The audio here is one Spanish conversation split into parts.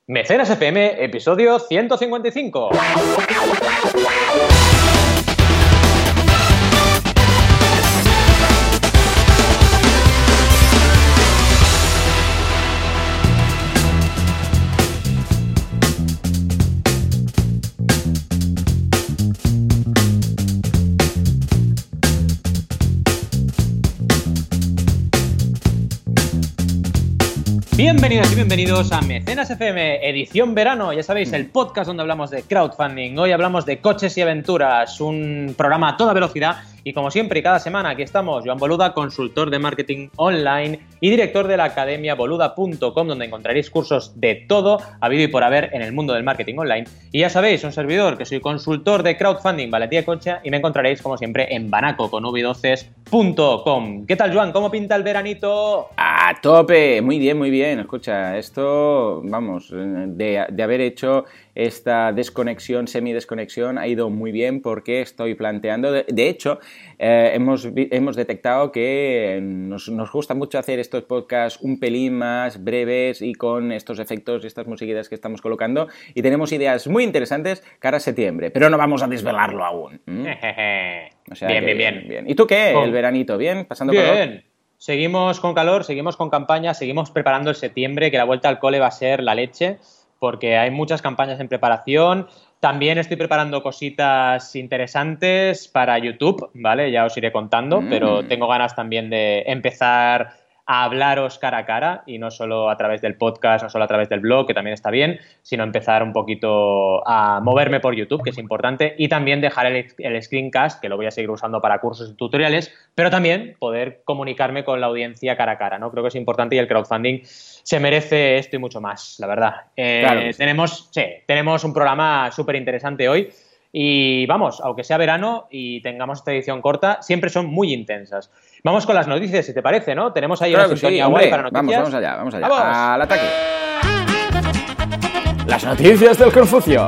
Mecenas FM, episodio 155. Bienvenidas y bienvenidos a Mecenas FM, edición verano. Ya sabéis, el podcast donde hablamos de crowdfunding. Hoy hablamos de coches y aventuras, un programa a toda velocidad. Y como siempre y cada semana, aquí estamos, Joan Boluda, consultor de marketing online y director de la academia boluda.com, donde encontraréis cursos de todo habido y por haber en el mundo del marketing online. Y ya sabéis, un servidor que soy consultor de crowdfunding, Valentía Concha, y me encontraréis como siempre en banaco con v12.com. ¿Qué tal, Joan? ¿Cómo pinta el veranito? ¡A tope! Muy bien, muy bien. Escucha, esto, vamos, de haber hecho esta desconexión, semidesconexión, ha ido muy bien porque estoy planteando... De hecho, hemos detectado que nos gusta mucho hacer estos podcasts un pelín más breves y con estos efectos y estas musiquitas que estamos colocando, y tenemos ideas muy interesantes cara a septiembre, pero no vamos a desvelarlo aún. O sea, bien. ¿Y tú qué? ¿El veranito? ¿Bien? ¿Pasando calor? Bien. Seguimos con calor, seguimos con campaña, seguimos preparando el septiembre, que la vuelta al cole va a ser la leche, porque hay muchas campañas en preparación. También estoy preparando cositas interesantes para YouTube, ¿vale? Ya os iré contando, pero tengo ganas también de empezar a hablaros cara a cara, y no solo a través del podcast, no solo a través del blog, que también está bien, sino empezar un poquito a moverme por YouTube, que es importante, y también dejar el screencast, que lo voy a seguir usando para cursos y tutoriales, pero también poder comunicarme con la audiencia cara a cara, ¿no? Creo que es importante, y el crowdfunding se merece esto y mucho más, la verdad. Claro. Tenemos un programa súper interesante hoy. Y vamos, aunque sea verano y tengamos esta edición corta, siempre son muy intensas. Vamos con las noticias, si te parece, ¿no? Tenemos ahí una sintonía guay para noticias. Vamos allá. ¡Vamos! ¡Al ataque! Las noticias del Confucio.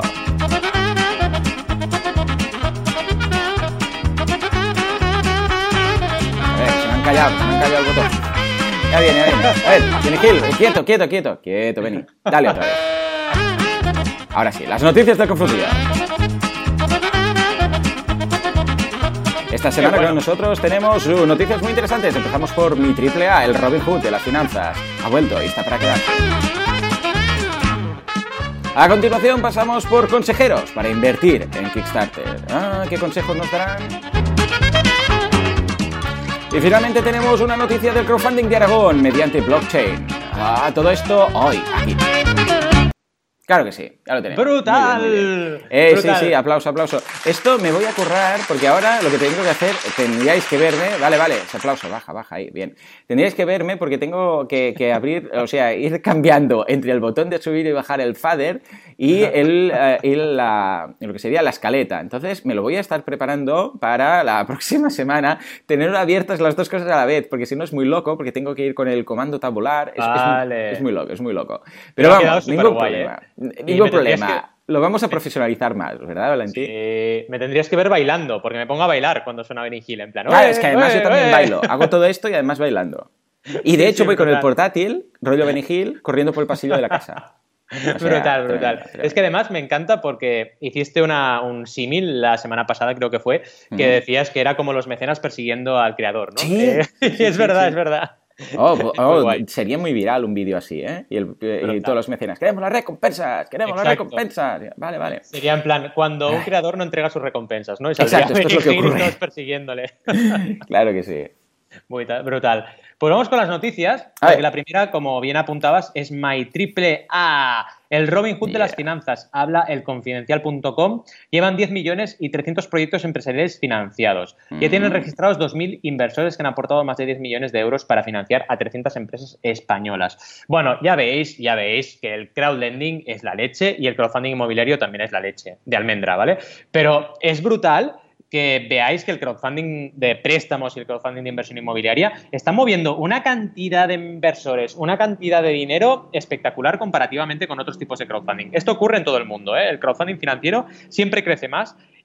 A ver, se me han callado el botón. Ya viene. A ver, tiene quieto, vení. Dale otra vez. Ahora sí, las noticias del Confucio. Esta semana con nosotros tenemos noticias muy interesantes. Empezamos por mi AAA, el Robin Hood de las finanzas. Ha vuelto y está para quedarse. A continuación pasamos por consejeros para invertir en Kickstarter. ¿Qué consejos nos darán? Y finalmente tenemos una noticia del crowdfunding de Aragón mediante blockchain. Todo esto hoy, aquí. Claro que sí, ya lo tenemos. ¡Brutal! Muy bien. Brutal. Sí, aplauso. Esto me voy a currar porque ahora lo que tengo que hacer, tendríais que verme... Vale, ese aplauso, baja ahí, bien. Tendríais que verme porque tengo que abrir, o sea, ir cambiando entre el botón de subir y bajar el fader y lo que sería la escaleta. Entonces me lo voy a estar preparando para la próxima semana, tener abiertas las dos cosas a la vez, porque si no es muy loco, porque tengo que ir con el comando tabular. Es muy loco. Pero vamos, ningún problema. Ningún problema. Lo vamos a profesionalizar más, ¿verdad, Valentín? Sí, me tendrías que ver bailando, porque me pongo a bailar cuando suena Benny Hill, en plan... Claro, es que además yo también bailo. Hago todo esto y además bailando. Y de hecho voy con el portátil, rollo Benny Hill, corriendo por el pasillo de la casa. O sea, brutal. Tremendo. Es que además me encanta porque hiciste un símil la semana pasada, creo que fue, que decías que era como los mecenas persiguiendo al creador, ¿no? Sí. Es verdad. Sería muy viral un vídeo así, ¿eh? Y todos los mecenas, queremos las recompensas. Vale. Sería en plan, cuando un creador no entrega sus recompensas, ¿no? Y exacto, esto es lo que ocurre. Todos persiguiéndole. Claro que sí. Muy brutal. Pues vamos con las noticias, porque la primera, como bien apuntabas, es My AAA, el Robin Hood de las finanzas. Habla elconfidencial.com. Llevan 10 millones y 300 proyectos empresariales financiados. Ya tienen registrados 2.000 inversores que han aportado más de 10 millones de euros para financiar a 300 empresas españolas. Bueno, ya veis que el crowdlending es la leche y el crowdfunding inmobiliario también es la leche de almendra, ¿vale? Pero es brutal que veáis que el crowdfunding de préstamos y el crowdfunding de inversión inmobiliaria están moviendo una cantidad de inversores, una cantidad de dinero espectacular comparativamente con otros tipos de crowdfunding. Esto ocurre en todo el mundo, ¿eh? El crowdfunding financiero siempre crece más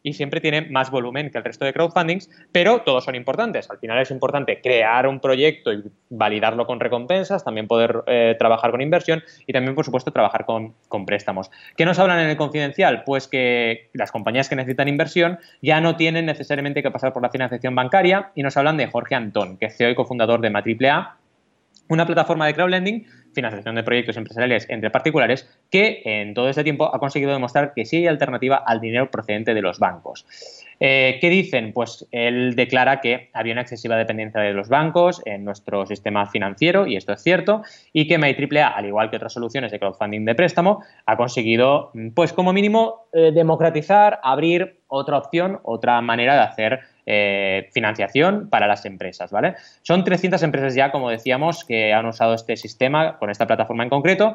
y siempre tiene más volumen que el resto de crowdfundings, pero todos son importantes. Al final es importante crear un proyecto y validarlo con recompensas, también poder trabajar con inversión y también, por supuesto, trabajar con préstamos. ¿Qué nos hablan en el Confidencial? Pues que las compañías que necesitan inversión ya no tienen necesariamente que pasar por la financiación bancaria, y nos hablan de Jorge Antón, que es CEO y cofundador de MyAAA, una plataforma de crowdlending, financiación de proyectos empresariales entre particulares, que en todo este tiempo ha conseguido demostrar que sí hay alternativa al dinero procedente de los bancos. ¿Qué dicen? Pues él declara que había una excesiva dependencia de los bancos en nuestro sistema financiero, y esto es cierto, y que MyAAA, al igual que otras soluciones de crowdfunding de préstamo, ha conseguido, pues como mínimo, democratizar, abrir otra opción, otra manera de hacer financiación para las empresas, ¿vale? Son 300 empresas ya, como decíamos, que han usado este sistema con esta plataforma en concreto,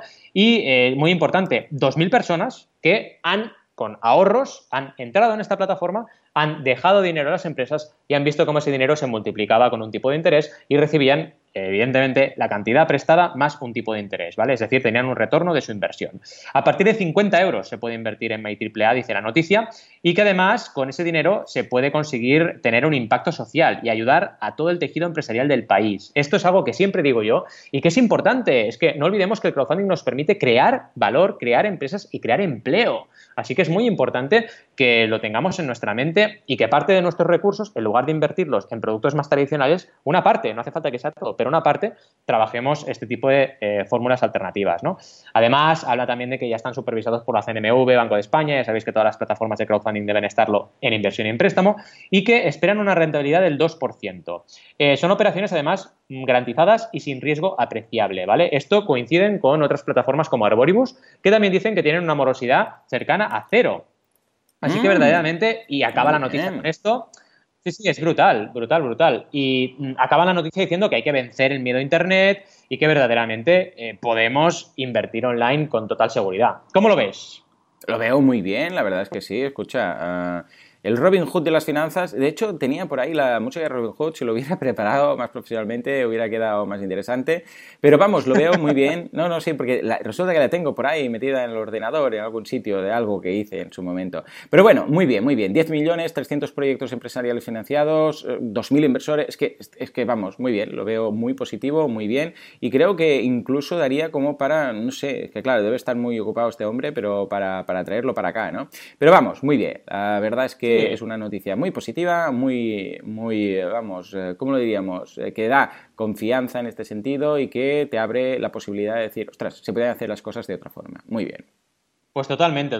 y muy importante, 2.000 personas que con ahorros, han entrado en esta plataforma, han dejado dinero a las empresas y han visto cómo ese dinero se multiplicaba con un tipo de interés y recibían, evidentemente, la cantidad prestada más un tipo de interés, ¿vale? Es decir, tenían un retorno de su inversión. A partir de 50 euros se puede invertir en MyAAA, dice la noticia, y que además con ese dinero se puede conseguir tener un impacto social y ayudar a todo el tejido empresarial del país. Esto es algo que siempre digo yo y que es importante. Es que no olvidemos que el crowdfunding nos permite crear valor, crear empresas y crear empleo. Así que es muy importante que lo tengamos en nuestra mente y que parte de nuestros recursos, en lugar de invertirlos en productos más tradicionales, una parte, no hace falta que sea todo, pero una parte, trabajemos este tipo de fórmulas alternativas, ¿no? Además, habla también de que ya están supervisados por la CNMV, Banco de España, ya sabéis que todas las plataformas de crowdfunding deben estarlo en inversión y en préstamo, y que esperan una rentabilidad del 2%. Son operaciones, además, garantizadas y sin riesgo apreciable, ¿vale? Esto coinciden con otras plataformas como Arboribus, que también dicen que tienen una morosidad cercana a cero. Así que verdaderamente, y acaba la noticia con esto, sí, es brutal, brutal, brutal. Y acaba la noticia diciendo que hay que vencer el miedo a Internet y que verdaderamente podemos invertir online con total seguridad. ¿Cómo lo ves? Lo veo muy bien, la verdad es que sí. Escucha, el Robin Hood de las finanzas, de hecho tenía por ahí la música de Robin Hood, si lo hubiera preparado más profesionalmente hubiera quedado más interesante, pero vamos, lo veo muy bien. No, sí, porque resulta que la tengo por ahí metida en el ordenador, en algún sitio de algo que hice en su momento. Pero bueno, muy bien, 10 millones, 300 proyectos empresariales financiados, 2.000 inversores, es que vamos, muy bien, lo veo muy positivo, muy bien, y creo que incluso daría como para, no sé, que claro, debe estar muy ocupado este hombre, pero para traerlo para acá, ¿no? Pero vamos, muy bien, la verdad es que es una noticia muy positiva, muy, vamos, ¿cómo lo diríamos? Que da confianza en este sentido y que te abre la posibilidad de decir, ostras, se pueden hacer las cosas de otra forma. Muy bien. Pues totalmente.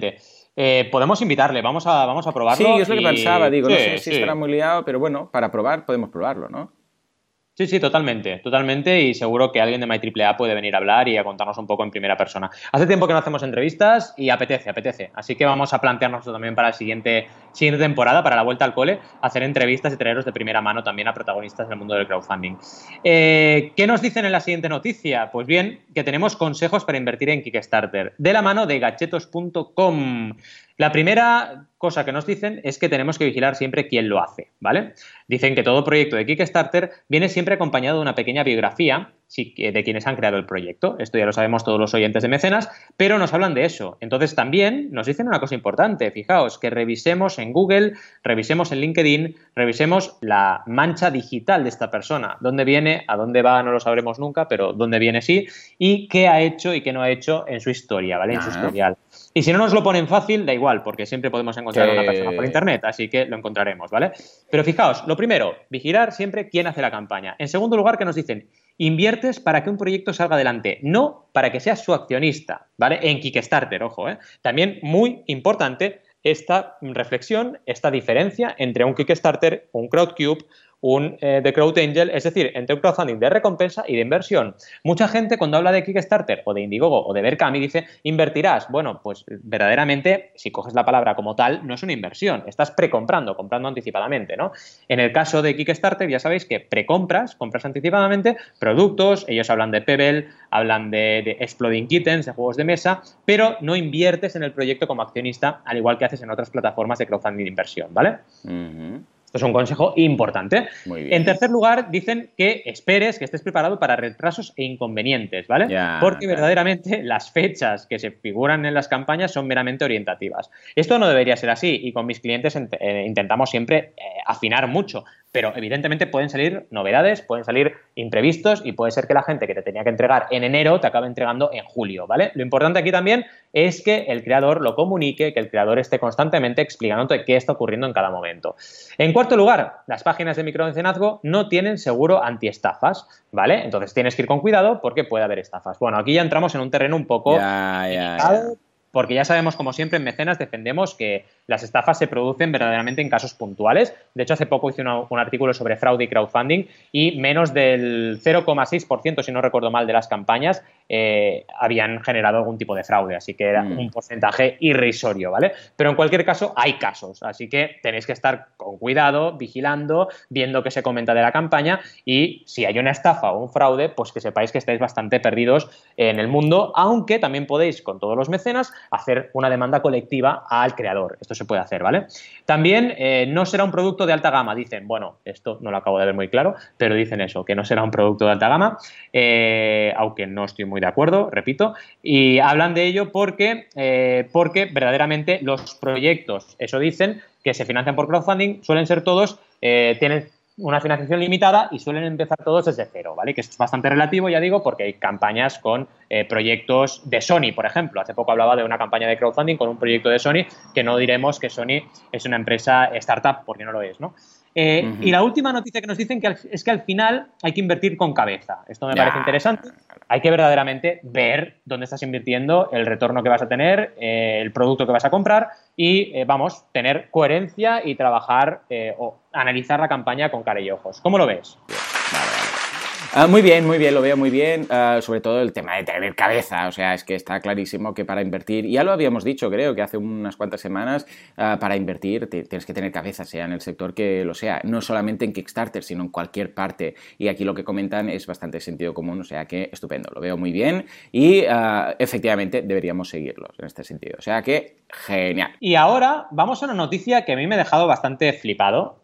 Podemos invitarle, vamos a probarlo. Sí, es lo que pensaba, digo, no sé si estará muy liado, pero bueno, para probar podemos probarlo, ¿no? Sí, totalmente, y seguro que alguien de MyAAA puede venir a hablar y a contarnos un poco en primera persona. Hace tiempo que no hacemos entrevistas y apetece, así que vamos a plantearnos también para la siguiente temporada, para la vuelta al cole, hacer entrevistas y traeros de primera mano también a protagonistas del mundo del crowdfunding. ¿Qué nos dicen en la siguiente noticia? Pues bien, que tenemos consejos para invertir en Kickstarter, de la mano de gachetos.com. La primera cosa que nos dicen es que tenemos que vigilar siempre quién lo hace, ¿vale? Dicen que todo proyecto de Kickstarter viene siempre acompañado de una pequeña biografía de quienes han creado el proyecto. Esto ya lo sabemos todos los oyentes de Mecenas, pero nos hablan de eso. Entonces también nos dicen una cosa importante. Fijaos, que revisemos en Google, revisemos en LinkedIn, revisemos la mancha digital de esta persona. ¿Dónde viene? ¿A dónde va? No lo sabremos nunca, pero dónde viene sí. Y qué ha hecho y qué no ha hecho en su historia, ¿vale? En su historial. Y si no nos lo ponen fácil, da igual, porque siempre podemos encontrar a una persona por internet, así que lo encontraremos, ¿vale? Pero fijaos, lo primero, vigilar siempre quién hace la campaña. En segundo lugar, que nos dicen, inviertes para que un proyecto salga adelante, no para que seas su accionista, ¿vale? En Kickstarter, ojo, ¿eh? También muy importante esta reflexión, esta diferencia entre un Kickstarter, un Crowdcube, un The Crowd Angel, es decir, entre un crowdfunding de recompensa y de inversión. Mucha gente cuando habla de Kickstarter o de Indiegogo o de Berkami dice, ¿invertirás? Bueno, pues verdaderamente, si coges la palabra como tal, no es una inversión, estás comprando anticipadamente, ¿no? En el caso de Kickstarter, ya sabéis que compras anticipadamente productos, ellos hablan de Pebble, hablan de Exploding Kittens, de juegos de mesa, pero no inviertes en el proyecto como accionista, al igual que haces en otras plataformas de crowdfunding de inversión, ¿vale? Esto es un consejo importante. Muy bien. En tercer lugar, dicen que esperes, que estés preparado para retrasos e inconvenientes, ¿vale? Porque verdaderamente las fechas que se figuran en las campañas son meramente orientativas. Esto no debería ser así y con mis clientes intentamos siempre afinar mucho. Pero evidentemente pueden salir novedades, pueden salir imprevistos y puede ser que la gente que te tenía que entregar en enero te acabe entregando en julio, ¿vale? Lo importante aquí también es que el creador lo comunique, que el creador esté constantemente explicándote qué está ocurriendo en cada momento. En cuarto lugar, las páginas de micromecenazgo no tienen seguro antiestafas, ¿vale? Entonces tienes que ir con cuidado porque puede haber estafas. Bueno, aquí ya entramos en un terreno un poco delicado. Porque ya sabemos, como siempre en Mecenas, defendemos que las estafas se producen verdaderamente en casos puntuales. De hecho, hace poco hice un artículo sobre fraude y crowdfunding y menos del 0,6%, si no recuerdo mal, de las campañas habían generado algún tipo de fraude. Así que era un porcentaje irrisorio, ¿vale? Pero en cualquier caso, hay casos. Así que tenéis que estar con cuidado, vigilando, viendo qué se comenta de la campaña y si hay una estafa o un fraude, pues que sepáis que estáis bastante perdidos en el mundo, aunque también podéis, con todos los mecenas, hacer una demanda colectiva al creador. Esto se puede hacer, ¿vale? También no será un producto de alta gama, dicen. Bueno, esto no lo acabo de ver muy claro, pero dicen eso, que no será un producto de alta gama, aunque no estoy muy de acuerdo, repito, y hablan de ello porque verdaderamente los proyectos, eso dicen, que se financian por crowdfunding, suelen ser todos, tienen una financiación limitada y suelen empezar todos desde cero, ¿vale? Que esto es bastante relativo, ya digo, porque hay campañas con proyectos de Sony, por ejemplo. Hace poco hablaba de una campaña de crowdfunding con un proyecto de Sony, que no diremos que Sony es una empresa startup, porque no lo es, ¿no? Y la última noticia que nos dicen es que al final hay que invertir con cabeza. Esto me parece interesante. Hay que verdaderamente ver dónde estás invirtiendo, el retorno que vas a tener, el producto que vas a comprar y, tener coherencia y trabajar o analizar la campaña con cara y ojos. ¿Cómo lo ves? Muy bien, lo veo muy bien, sobre todo el tema de tener cabeza, o sea, es que está clarísimo que para invertir, ya lo habíamos dicho creo que hace unas cuantas semanas, para invertir tienes que tener cabeza, sea en el sector que lo sea, no solamente en Kickstarter, sino en cualquier parte, y aquí lo que comentan es bastante sentido común, o sea que estupendo, lo veo muy bien y efectivamente deberíamos seguirlos en este sentido, o sea que genial. Y ahora vamos a una noticia que a mí me ha dejado bastante flipado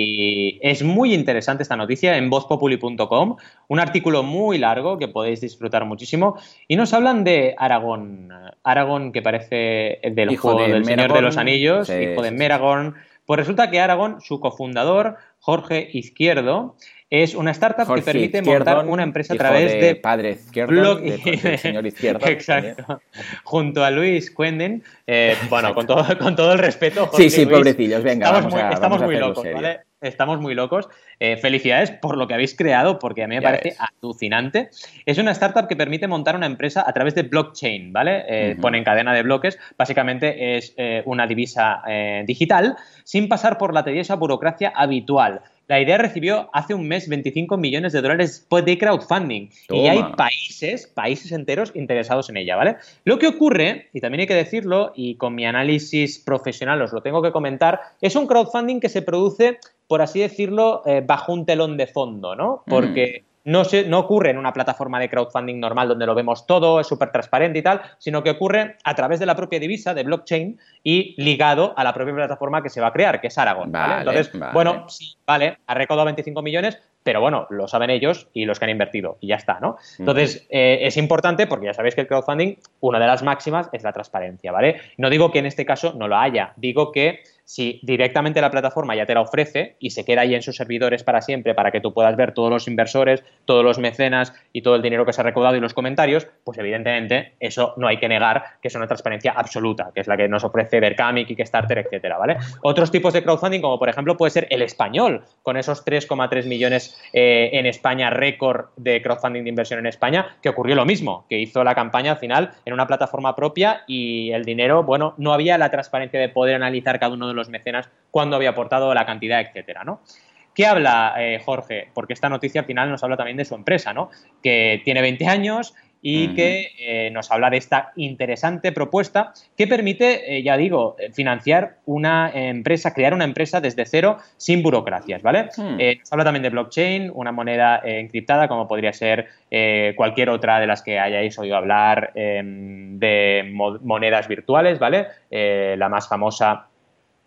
y es muy interesante esta noticia en vozpopuli.com. Un artículo muy largo que podéis disfrutar muchísimo. Y nos hablan de Aragorn. Aragorn, que parece del hijo juego del Meragorn, Señor de los Anillos, sí, hijo de Meragorn. Pues resulta que Aragorn, su cofundador, Jorge Izquierdo, es una startup Jorge que permite Izquierdo, montar una empresa a través de padre Izquierdo, del señor Izquierdo. Exacto. También. Junto a Luis Cuenden, con todo el respeto, Jorge sí, y Luis, pobrecillos, venga, estamos muy locos, serio. ¿vale? Estamos muy locos. Felicidades por lo que habéis creado, porque a mí me parece alucinante. Es una startup que permite montar una empresa a través de blockchain, ¿vale? Pone en cadena de bloques. Básicamente es una divisa digital sin pasar por la tediosa burocracia habitual. La idea recibió hace un mes 25 millones de dólares de crowdfunding. Toma. Y hay países enteros interesados en ella, ¿vale? Lo que ocurre, y también hay que decirlo, y con mi análisis profesional os lo tengo que comentar, es un crowdfunding que se produce, por así decirlo, bajo un telón de fondo, ¿no? Porque no ocurre en una plataforma de crowdfunding normal donde lo vemos todo, es súper transparente y tal, sino que ocurre a través de la propia divisa de blockchain y ligado a la propia plataforma que se va a crear, que es Aragorn, ¿vale? Entonces, sí, ha recaudado 25 millones, pero bueno, lo saben ellos y los que han invertido y ya está, ¿no? Entonces, es importante porque ya sabéis que el crowdfunding, una de las máximas es la transparencia, ¿vale? No digo que en este caso no lo haya, digo que si directamente la plataforma ya te la ofrece y se queda ahí en sus servidores para siempre para que tú puedas ver todos los inversores, todos los mecenas y todo el dinero que se ha recaudado y los comentarios, pues evidentemente eso no hay que negar que es una transparencia absoluta, que es la que nos ofrece Berkami, Kickstarter, etcétera, ¿vale? Otros tipos de crowdfunding, como por ejemplo puede ser el español, con esos 3,3 millones en España, récord de crowdfunding de inversión en España, que ocurrió lo mismo, que hizo la campaña al final en una plataforma propia y el dinero, no había la transparencia de poder analizar cada uno de los mecenas cuándo había aportado la cantidad, etcétera, ¿no? ¿Qué habla Jorge? Porque esta noticia al final nos habla también de su empresa, ¿no? Que tiene 20 años y que nos habla de esta interesante propuesta que permite, financiar una empresa, crear una empresa desde cero sin burocracias, ¿vale? Nos habla también de blockchain, una moneda encriptada como podría ser cualquier otra de las que hayáis oído hablar de monedas virtuales, ¿vale? La más famosa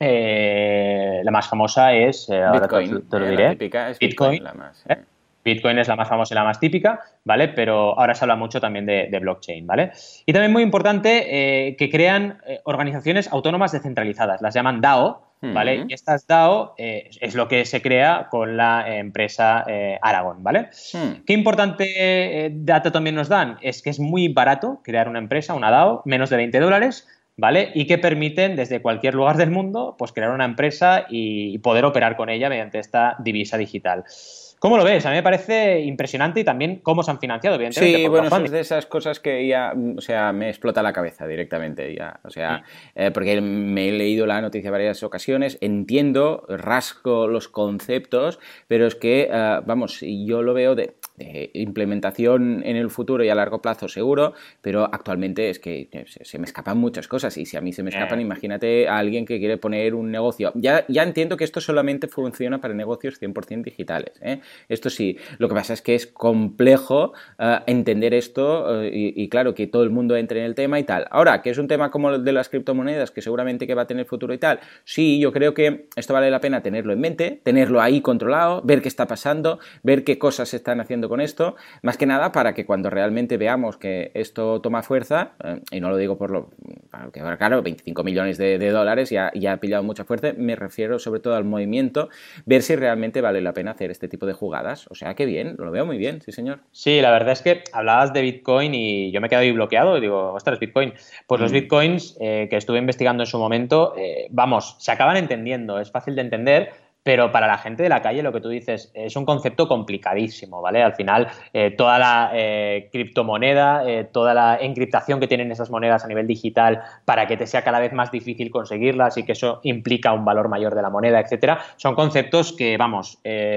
La más famosa es, ahora te lo diré, la típica es Bitcoin. La más, Bitcoin es la más famosa y la más típica, ¿vale? Pero ahora se habla mucho también de blockchain, ¿vale? Y también muy importante que crean organizaciones autónomas descentralizadas, las llaman DAO, ¿vale? Y estas DAO es lo que se crea con la empresa Aragon, ¿vale? ¿Qué importante dato también nos dan? Es que es muy barato crear una empresa, una DAO, menos de $20, ¿vale? Y que permiten desde cualquier lugar del mundo pues crear una empresa y poder operar con ella mediante esta divisa digital. ¿Cómo lo ves? A mí me parece impresionante y también cómo se han financiado, evidentemente. Sí, bueno, son de esas cosas que ya, o sea, me explota la cabeza directamente, ya, o sea, porque me he leído la noticia varias ocasiones, entiendo, rasco los conceptos, pero es que, vamos, yo lo veo de implementación en el futuro y a largo plazo seguro, pero actualmente es que se me escapan muchas cosas y si a mí se me escapan, imagínate a alguien que quiere poner un negocio. Ya entiendo que esto solamente funciona para negocios 100% digitales, ¿eh? Esto sí, lo que pasa es que es complejo entender esto y claro, que todo el mundo entre en el tema y tal. Ahora, que es un tema como el de las criptomonedas, que seguramente que va a tener futuro y tal, sí, yo creo que esto vale la pena tenerlo en mente, tenerlo ahí controlado, ver qué está pasando, ver qué cosas se están haciendo con esto, más que nada para que cuando realmente veamos que esto toma fuerza, y no lo digo porque claro, 25 millones de dólares ya ha pillado mucha fuerza, me refiero sobre todo al movimiento, ver si realmente vale la pena hacer este tipo de jugadas. O sea, que bien, lo veo muy bien, sí señor. Sí, la verdad es que hablabas de Bitcoin y yo me he quedado ahí bloqueado y digo, ostras, Bitcoin. Pues los Bitcoins que estuve investigando en su momento, vamos, se acaban entendiendo, es fácil de entender, pero para la gente de la calle lo que tú dices es un concepto complicadísimo, ¿vale? Al final, toda la criptomoneda, toda la encriptación que tienen esas monedas a nivel digital para que te sea cada vez más difícil conseguirlas y que eso implica un valor mayor de la moneda, etcétera, son conceptos que, vamos,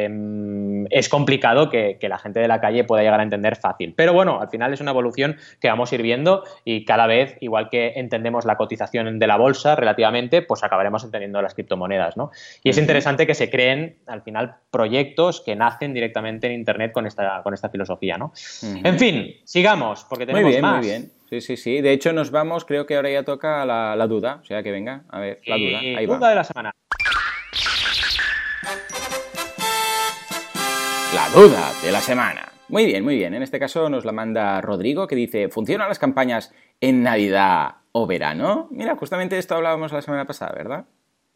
es complicado que la gente de la calle pueda llegar a entender fácil. Pero bueno, al final es una evolución que vamos a ir viendo y cada vez, igual que entendemos la cotización de la bolsa relativamente, pues acabaremos entendiendo las criptomonedas, ¿no? Y es interesante que se creen al final proyectos que nacen directamente en Internet con esta filosofía, ¿no? En fin, sigamos, porque tenemos más. Muy bien. Sí. De hecho, nos vamos, creo que ahora ya toca la duda. O sea, que venga, a ver, la duda. Ahí va. Duda de la semana. La duda de la semana. Muy bien. En este caso nos la manda Rodrigo, que dice, ¿funcionan las campañas en Navidad o verano? Mira, justamente de esto hablábamos la semana pasada, ¿verdad?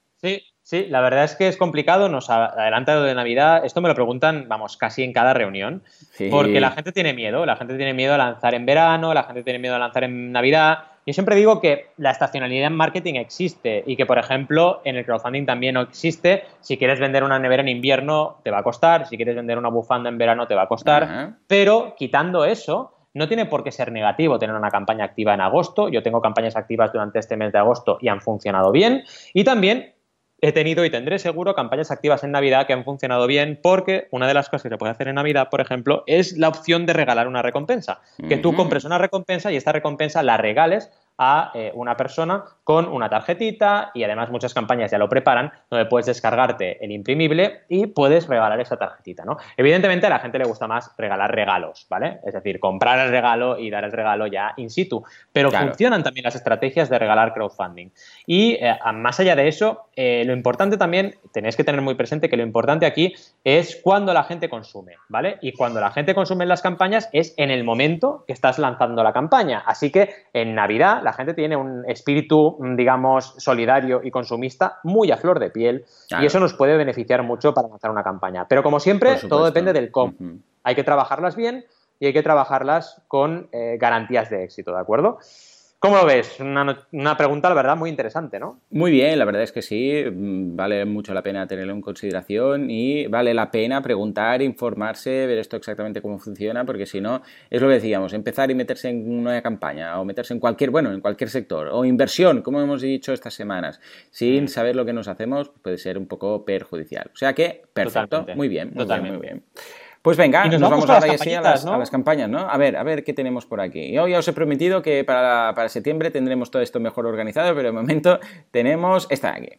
Sí, la verdad es que es complicado, nos adelanta lo de Navidad, esto me lo preguntan, vamos, casi en cada reunión, porque la gente tiene miedo a lanzar en verano, la gente tiene miedo a lanzar en Navidad. Yo siempre digo que la estacionalidad en marketing existe y que, por ejemplo, en el crowdfunding también no existe. Si quieres vender una nevera en invierno, te va a costar, si quieres vender una bufanda en verano, te va a costar, pero quitando eso, no tiene por qué ser negativo tener una campaña activa en agosto. Yo tengo campañas activas durante este mes de agosto y han funcionado bien, y también he tenido y tendré seguro campañas activas en Navidad que han funcionado bien, porque una de las cosas que se puede hacer en Navidad, por ejemplo, es la opción de regalar una recompensa. Que tú compres una recompensa y esta recompensa la regales a una persona con una tarjetita, y además muchas campañas ya lo preparan, donde puedes descargarte el imprimible y puedes regalar esa tarjetita, ¿no? Evidentemente a la gente le gusta más regalar regalos, ¿vale? Es decir, comprar el regalo y dar el regalo ya in situ, pero funcionan también las estrategias de regalar crowdfunding. Y más allá de eso, lo importante también, tenéis que tener muy presente que lo importante aquí es cuando la gente consume, ¿vale? Y cuando la gente consume en las campañas es en el momento que estás lanzando la campaña. Así que en Navidad la gente tiene un espíritu, digamos, solidario y consumista muy a flor de piel, y eso nos puede beneficiar mucho para lanzar una campaña. Pero como siempre, todo depende del cómo. Hay que trabajarlas bien y hay que trabajarlas con garantías de éxito, ¿de acuerdo? ¿Cómo lo ves? Una pregunta, la verdad, muy interesante, ¿no? Muy bien, la verdad es que sí, vale mucho la pena tenerlo en consideración y vale la pena preguntar, informarse, ver esto exactamente cómo funciona, porque si no, es lo que decíamos, empezar y meterse en una campaña o meterse en cualquier sector, o inversión, como hemos dicho estas semanas, sin saber lo que nos hacemos, puede ser un poco perjudicial. O sea que, perfecto, Totalmente. Muy bien. Pues venga, nos vamos ahora y sí a las campañas, ¿no? A ver qué tenemos por aquí. Yo ya os he prometido que para septiembre tendremos todo esto mejor organizado, pero de momento tenemos esta de aquí.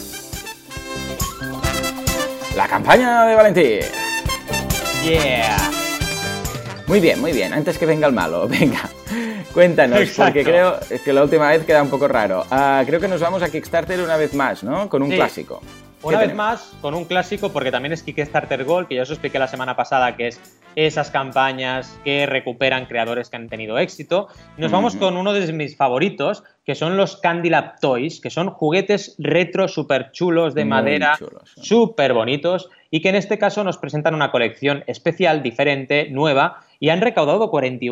La campaña de Valentín. Yeah. Muy bien. Antes que venga el malo, venga. Cuéntanos, Exacto. porque creo que la última vez queda un poco raro. Creo que nos vamos a Kickstarter una vez más, ¿no? Con un clásico. Una vez más, con un clásico, porque también es Kickstarter Gold, que ya os expliqué la semana pasada, que es esas campañas que recuperan creadores que han tenido éxito. Nos vamos con uno de mis favoritos, que son los Candy Lab Toys, que son juguetes retro súper chulos de madera, súper bonitos, y que en este caso nos presentan una colección especial, diferente, nueva, y han recaudado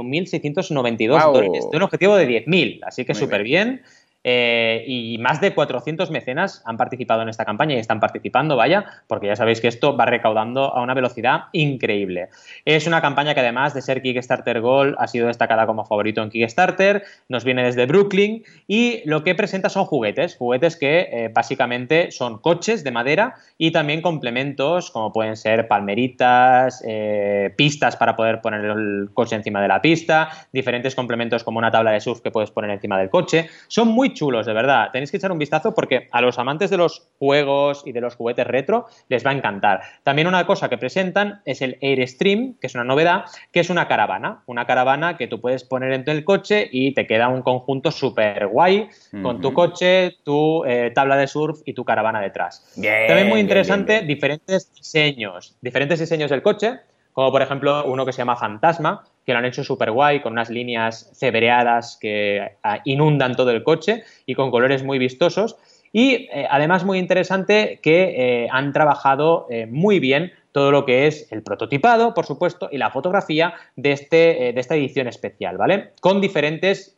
41.692 dólares de un objetivo de 10.000, así que súper bien. Y más de 400 mecenas han participado en esta campaña y están participando, vaya, porque ya sabéis que esto va recaudando a una velocidad increíble. Es una campaña que además de ser Kickstarter Gold ha sido destacada como favorito en Kickstarter, nos viene desde Brooklyn y lo que presenta son juguetes que básicamente son coches de madera y también complementos como pueden ser palmeritas, pistas para poder poner el coche encima de la pista, diferentes complementos como una tabla de surf que puedes poner encima del coche. Son muy chulos, de verdad. Tenéis que echar un vistazo porque a los amantes de los juegos y de los juguetes retro les va a encantar. También una cosa que presentan es el Airstream, que es una novedad, que es una caravana que tú puedes poner en el coche y te queda un conjunto súper guay con tu coche, tu tabla de surf y tu caravana detrás. También muy interesante, diferentes diseños del coche, como por ejemplo uno que se llama Fantasma, que lo han hecho súper guay, con unas líneas cebreadas que inundan todo el coche y con colores muy vistosos. Y además muy interesante que han trabajado muy bien todo lo que es el prototipado, por supuesto, y la fotografía de esta edición especial, ¿vale? Con diferentes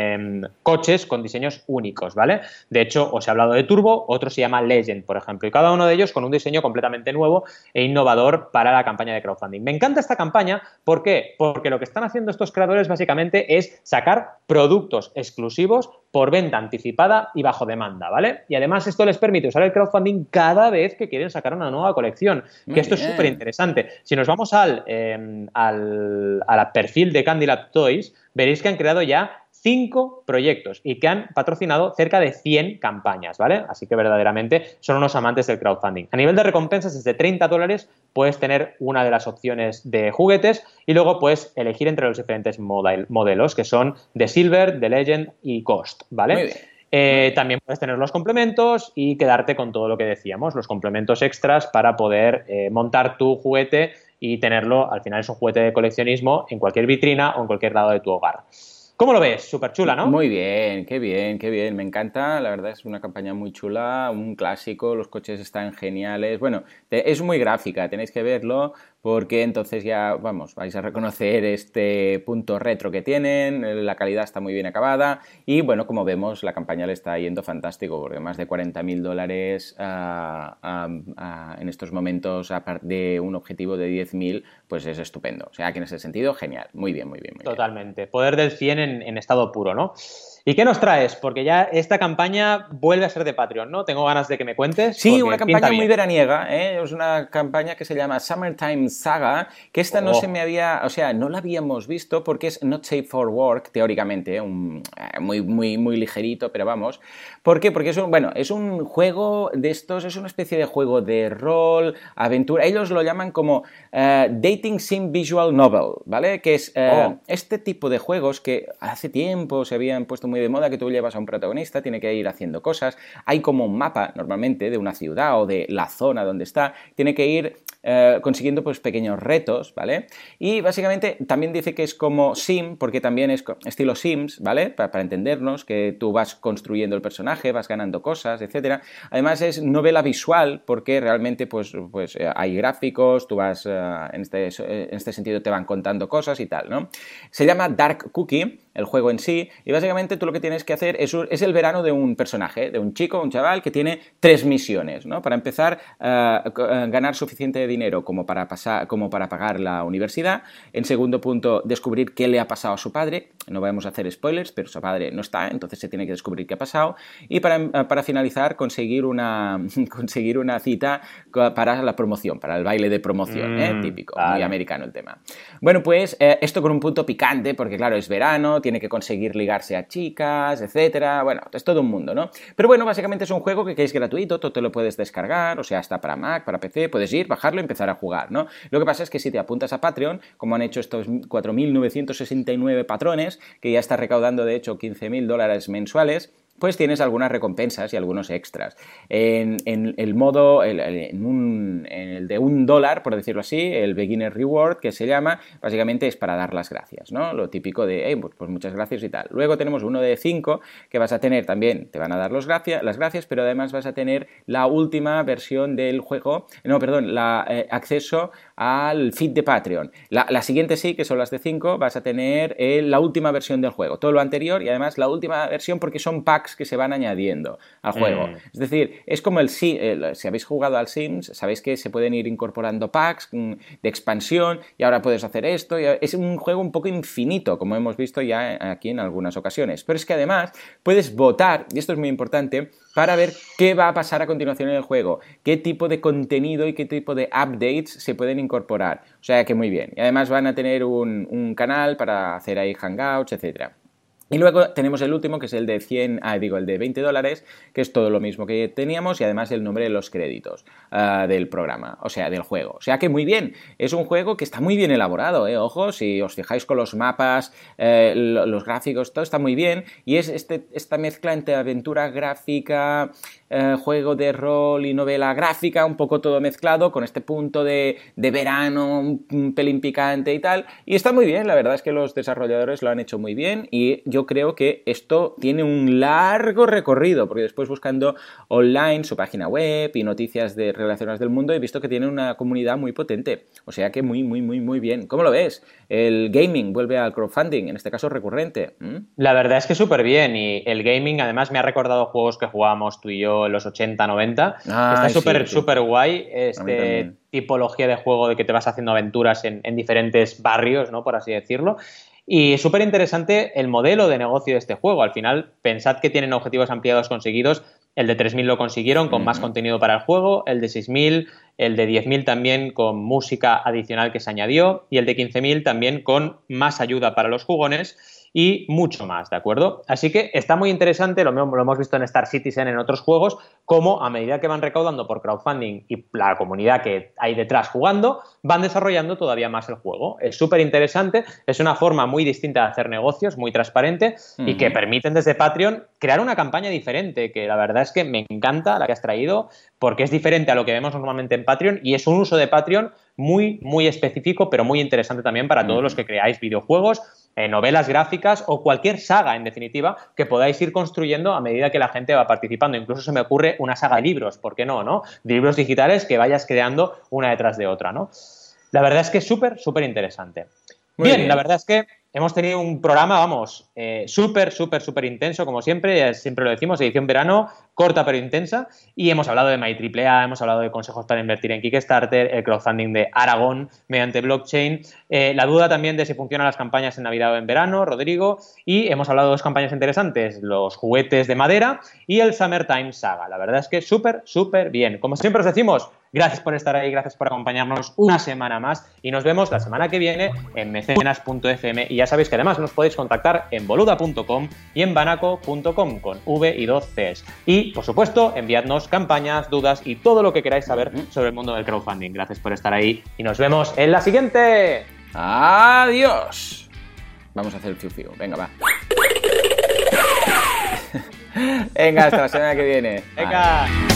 coches con diseños únicos, ¿vale? De hecho, os he hablado de Turbo, otro se llama Legend, por ejemplo, y cada uno de ellos con un diseño completamente nuevo e innovador para la campaña de crowdfunding. Me encanta esta campaña, ¿por qué? Porque lo que están haciendo estos creadores básicamente es sacar productos exclusivos por venta anticipada y bajo demanda, ¿vale? Y además esto les permite usar el crowdfunding cada vez que quieren sacar una nueva colección, que esto es súper interesante. Si nos vamos al perfil de Candy Lab Toys, veréis que han creado ya 5 proyectos y que han patrocinado cerca de 100 campañas, ¿vale? Así que verdaderamente son unos amantes del crowdfunding. A nivel de recompensas, desde 30 dólares puedes tener una de las opciones de juguetes y luego puedes elegir entre los diferentes modelos, que son de Silver, de Legend y Ghost, ¿vale? Muy bien. También puedes tener los complementos y quedarte con todo lo que decíamos, los complementos extras para poder montar tu juguete y tenerlo, al final es un juguete de coleccionismo en cualquier vitrina o en cualquier lado de tu hogar. ¿Cómo lo ves? Súper chula, ¿no? Muy bien, qué bien, qué bien. Me encanta, la verdad es una campaña muy chula, un clásico, los coches están geniales. Bueno, es muy gráfica, tenéis que verlo porque entonces ya, vamos, vais a reconocer este punto retro que tienen, la calidad está muy bien acabada y bueno, como vemos, la campaña le está yendo fantástico porque más de 40.000 dólares en estos momentos de un objetivo de 10.000, pues es estupendo. O sea que en ese sentido, genial. Muy bien, muy bien. Muy Totalmente. Bien. Poder del 100 en estado puro, ¿no? ¿Y qué nos traes? Porque ya esta campaña vuelve a ser de Patreon, ¿no? Tengo ganas de que me cuentes. Sí, una campaña muy veraniega, ¿eh? Es una campaña que se llama Summertime Saga, que esta no se me había, o sea, no la habíamos visto porque es not safe for work, teóricamente, muy ligerito, pero vamos. ¿Por qué? Porque es un juego de estos, es una especie de juego de rol, aventura, ellos lo llaman como Dating Sim Visual Novel, ¿vale? Que es este tipo de juegos que hace tiempo se habían puesto muy de moda, que tú llevas a un protagonista, tiene que ir haciendo cosas, hay como un mapa normalmente de una ciudad o de la zona donde está, tiene que ir consiguiendo pues pequeños retos, ¿vale? Y básicamente también dice que es como Sim, porque también es estilo Sims, ¿vale? Para entendernos, que tú vas construyendo el personaje, vas ganando cosas, etcétera. Además es novela visual, porque realmente pues hay gráficos, tú vas, en este sentido te van contando cosas y tal, ¿no? Se llama Dark Cookie, el juego en sí, y básicamente tú lo que tienes que hacer es el verano de un personaje, de un chico, un chaval que tiene 3 misiones, ¿no? Para empezar, ganar suficiente dinero como para pagar la universidad. En segundo punto, descubrir qué le ha pasado a su padre. No vamos a hacer spoilers, pero su padre no está, entonces se tiene que descubrir qué ha pasado. Y para finalizar, conseguir una cita para la promoción, para el baile de promoción, típico, vale. Muy americano el tema. Bueno, pues esto con un punto picante, porque claro, es verano, tiene que conseguir ligarse a chicas, etcétera. Bueno, es todo un mundo, ¿no? Pero bueno, básicamente es un juego que es gratuito, tú te lo puedes descargar, o sea, está para Mac, para PC, puedes ir, bajarlo y empezar a jugar, ¿no? Lo que pasa es que si te apuntas a Patreon, como han hecho estos 4.969 patrones, que ya está recaudando de hecho $15.000 mensuales, pues tienes algunas recompensas y algunos extras. En el modo, en el de $1, por decirlo así, el Beginner Reward, que se llama, básicamente es para dar las gracias, ¿no? Lo típico de, hey, pues muchas gracias y tal. Luego tenemos uno de 5, que vas a tener también, te van a dar las gracias, pero además vas a tener la última versión del juego, acceso al feed de Patreon. La siguiente sí, que son las de 5, vas a tener la última versión del juego. Todo lo anterior y además la última versión porque son packs que se van añadiendo al juego. Es decir, es como si habéis jugado al Sims, sabéis que se pueden ir incorporando packs de expansión y ahora puedes hacer esto. Es un juego un poco infinito, como hemos visto ya aquí en algunas ocasiones. Pero es que además puedes votar, y esto es muy importante, para ver qué va a pasar a continuación en el juego, qué tipo de contenido y qué tipo de updates se pueden incorporar. O sea que muy bien. Y además van a tener un canal para hacer ahí hangouts, etcétera. Y luego tenemos el último, que es el de el de $20, que es todo lo mismo que teníamos y además el nombre de los créditos del programa, o sea, del juego. O sea que muy bien, es un juego que está muy bien elaborado, ojo, si os fijáis con los mapas, los gráficos, todo está muy bien y es esta mezcla entre aventura gráfica, juego de rol y novela gráfica, un poco todo mezclado con este punto de verano, un pelín picante y tal, y está muy bien, la verdad es que los desarrolladores lo han hecho muy bien y yo creo que esto tiene un largo recorrido, porque después buscando online su página web y noticias relacionadas del mundo he visto que tiene una comunidad muy potente, o sea que muy, muy, muy, muy bien. ¿Cómo lo ves? El gaming vuelve al crowdfunding, en este caso recurrente. La verdad es que súper bien y el gaming además me ha recordado juegos que jugábamos tú y yo en los 80, 90. Está súper guay tipología de juego de que te vas haciendo aventuras en diferentes barrios, ¿no? Por así decirlo. Y súper interesante el modelo de negocio de este juego. Al final, pensad que tienen objetivos ampliados conseguidos. El de 3.000 lo consiguieron con más contenido para el juego, el de 6.000, el de 10.000 también con música adicional que se añadió y el de 15.000 también con más ayuda para los jugones y mucho más, ¿de acuerdo? Así que está muy interesante, lo hemos visto en Star Citizen, en otros juegos, cómo a medida que van recaudando por crowdfunding y la comunidad que hay detrás jugando, van desarrollando todavía más el juego. Es súper interesante, es una forma muy distinta de hacer negocios, muy transparente y que permiten desde Patreon crear una campaña diferente, que la verdad es que me encanta la que has traído, porque es diferente a lo que vemos normalmente en Patreon y es un uso de Patreon muy, muy específico, pero muy interesante también para todos los que creáis videojuegos, novelas gráficas o cualquier saga, en definitiva, que podáis ir construyendo a medida que la gente va participando. Incluso se me ocurre una saga de libros, ¿por qué no? De libros digitales que vayas creando una detrás de otra, ¿no? La verdad es que es súper, súper interesante. Bien, la verdad es que hemos tenido un programa, súper intenso, como siempre lo decimos, edición verano, corta pero intensa, y hemos hablado de MyAAA, hemos hablado de consejos para invertir en Kickstarter, el crowdfunding de Aragón mediante blockchain, la duda también de si funcionan las campañas en Navidad o en verano, Rodrigo, y hemos hablado de dos campañas interesantes, los juguetes de madera y el Summertime Saga. La verdad es que súper bien. Como siempre os decimos, gracias por estar ahí, gracias por acompañarnos una semana más y nos vemos la semana que viene en mecenas.fm y ya sabéis que además nos podéis contactar en boluda.com y en banaco.com con V y 2 Cs. Y, por supuesto, enviadnos campañas, dudas y todo lo que queráis saber sobre el mundo del crowdfunding. Gracias por estar ahí y nos vemos en la siguiente. ¡Adiós! Vamos a hacer el fiu. Venga, va. Venga, hasta la semana que viene. Venga.